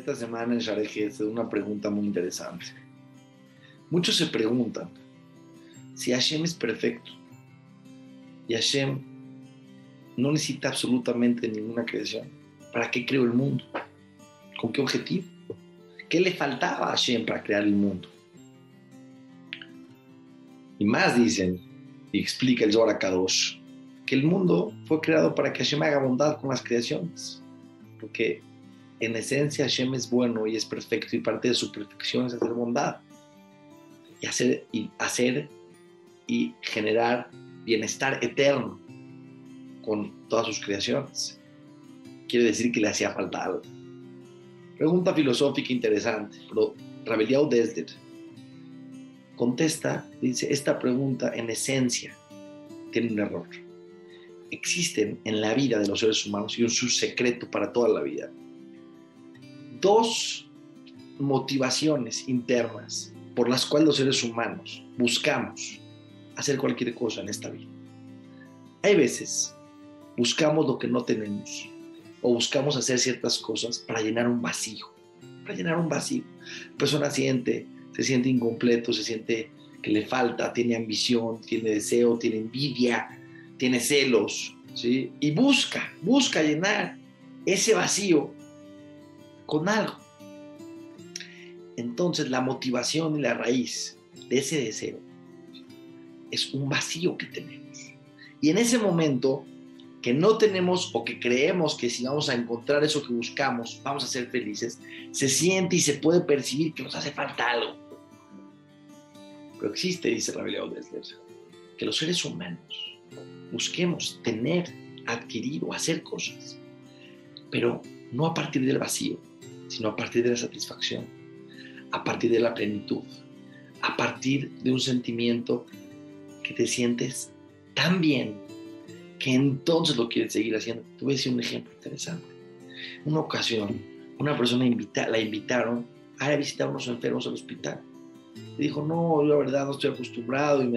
esta semana en Share Gesed una pregunta muy interesante. Muchos se preguntan si Hashem es perfecto y Hashem no necesita absolutamente ninguna creación. ¿Para qué creó el mundo? ¿Con qué objetivo? ¿Qué le faltaba a Hashem para crear el mundo? Y más dicen, y explica el Zohar Kadosh, que el mundo fue creado para que Hashem haga bondad con las creaciones. Porque en esencia Hashem es bueno y es perfecto, y parte de su perfección es hacer bondad y hacer y generar bienestar eterno con todas sus creaciones. Quiere decir que le hacía falta algo. Pregunta filosófica interesante, pero Rabbi Eliyahu Dessler contesta, dice, esta pregunta en esencia tiene un error. Existen en la vida de los seres humanos, y un secreto para toda la vida, dos motivaciones internas por las cuales los seres humanos buscamos hacer cualquier cosa en esta vida. Hay veces buscamos lo que no tenemos, o buscamos hacer ciertas cosas para llenar un vacío. La persona se siente incompleto, se siente que le falta, tiene ambición, tiene deseo, tiene envidia, tiene celos, ¿sí? Y busca llenar ese vacío con algo. Entonces la motivación y la raíz de ese deseo es un vacío que tenemos. Y en ese momento que no tenemos, o que creemos que si vamos a encontrar eso que buscamos, vamos a ser felices, se siente y se puede percibir que nos hace falta algo. Pero existe, dice Rabbi Eliyahu Dessler, que los seres humanos busquemos tener, adquirir o hacer cosas, pero no a partir del vacío, sino a partir de la satisfacción, a partir de la plenitud, a partir de un sentimiento que te sientes tan bien que entonces lo quieres seguir haciendo. Te voy a decir un ejemplo interesante. Una ocasión, una persona la invitaron a ir a visitar a unos enfermos al hospital. Le dijo, no, yo la verdad no estoy acostumbrado y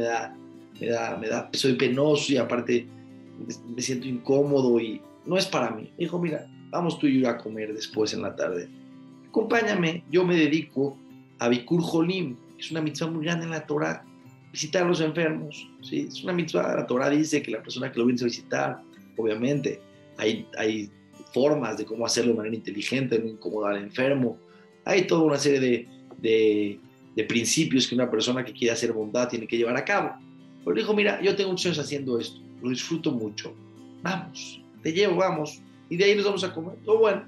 soy penoso, y aparte me siento incómodo y no es para mí. Dijo, mira, vamos tú y yo a comer después en la tarde. Acompáñame, yo me dedico a Bikur Jolim, es una mitzvah muy grande en la Torah, visitar a los enfermos, ¿sí? Es una mitzvah, la Torah dice que la persona que lo viene a visitar, obviamente, hay formas de cómo hacerlo de manera inteligente, no incomodar al enfermo, hay toda una serie de principios que una persona que quiere hacer bondad tiene que llevar a cabo. Pero dijo, mira, yo tengo muchos años haciendo esto, lo disfruto mucho, vamos, te llevo, vamos, y de ahí nos vamos a comer. Oh, bueno,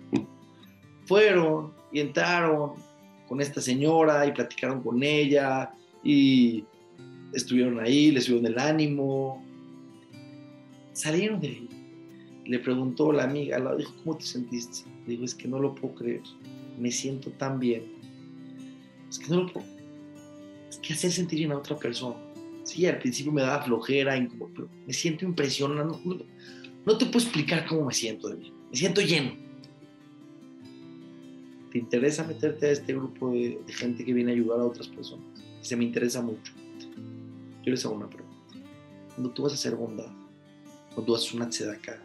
fueron y entraron con esta señora y platicaron con ella y estuvieron ahí, le subieron el ánimo, salieron de ahí. Le preguntó la amiga, le dijo, ¿cómo te sentiste? Le dijo, es que no lo puedo creer, me siento tan bien, es que no lo puedo, es que hacer sentir bien a otra persona, sí, al principio me daba flojera, pero me siento impresionado, no te puedo explicar cómo me siento de mí, me siento lleno. ¿Te interesa meterte a este grupo de gente que viene a ayudar a otras personas? Se me interesa mucho. Yo les hago una pregunta. Cuando tú vas a hacer bondad, cuando tú haces una tzedaká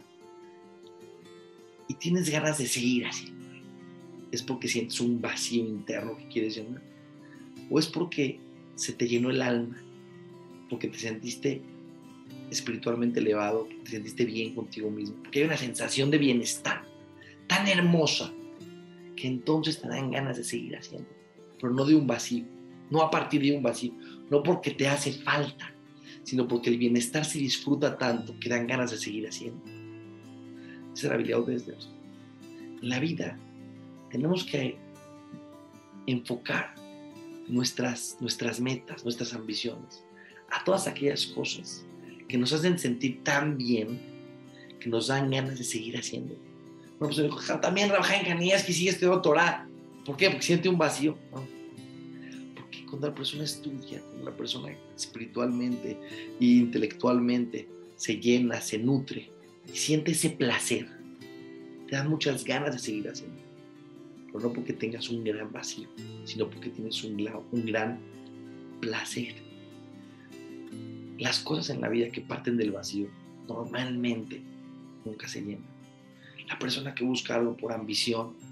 y tienes ganas de seguir haciendo, ¿es porque sientes un vacío interno que quieres llenar? ¿O es porque se te llenó el alma? Porque te sentiste espiritualmente elevado, te sentiste bien contigo mismo, porque hay una sensación de bienestar tan hermosa que entonces te dan ganas de seguir haciendo, pero no de un vacío, no a partir de un vacío, no porque te hace falta, sino porque el bienestar se disfruta tanto que dan ganas de seguir haciendo. Esa es la habilidad de Dios. En la vida tenemos que enfocar nuestras metas, nuestras ambiciones a todas aquellas cosas que nos hacen sentir tan bien que nos dan ganas de seguir haciendo. Una persona dijo, también trabaja en Canillas que sigue estudiando Torah. ¿Por qué? Porque siente un vacío. No. Porque cuando la persona estudia, cuando la persona espiritualmente e intelectualmente se llena, se nutre y siente ese placer, te dan muchas ganas de seguir haciendo. Pero no porque tengas un gran vacío, sino porque tienes un gran placer. Las cosas en la vida que parten del vacío normalmente nunca se llenan. La persona que busca algo por ambición,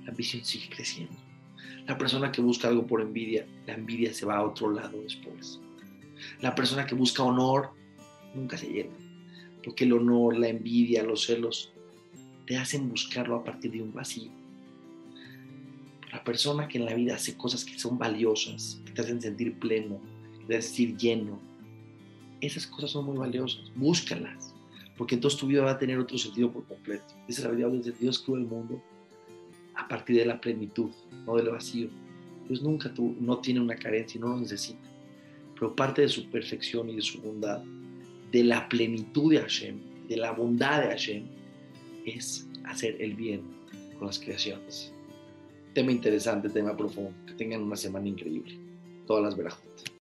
la ambición sigue creciendo. La persona que busca algo por envidia, la envidia se va a otro lado después. La persona que busca honor nunca se llena, porque el honor, la envidia, los celos te hacen buscarlo a partir de un vacío. La persona que en la vida hace cosas que son valiosas, que te hacen sentir pleno, que te hacen sentir lleno, esas cosas son muy valiosas, búscalas, porque entonces tu vida va a tener otro sentido por completo. Esa es la vida desde Dios creó el mundo a partir de la plenitud, no del vacío. Dios nunca no tiene una carencia, no lo necesita, pero parte de su perfección y de su bondad, de la plenitud de Hashem, de la bondad de Hashem, es hacer el bien con las creaciones. Tema interesante, tema profundo. Que tengan una semana increíble. Todas las verajot.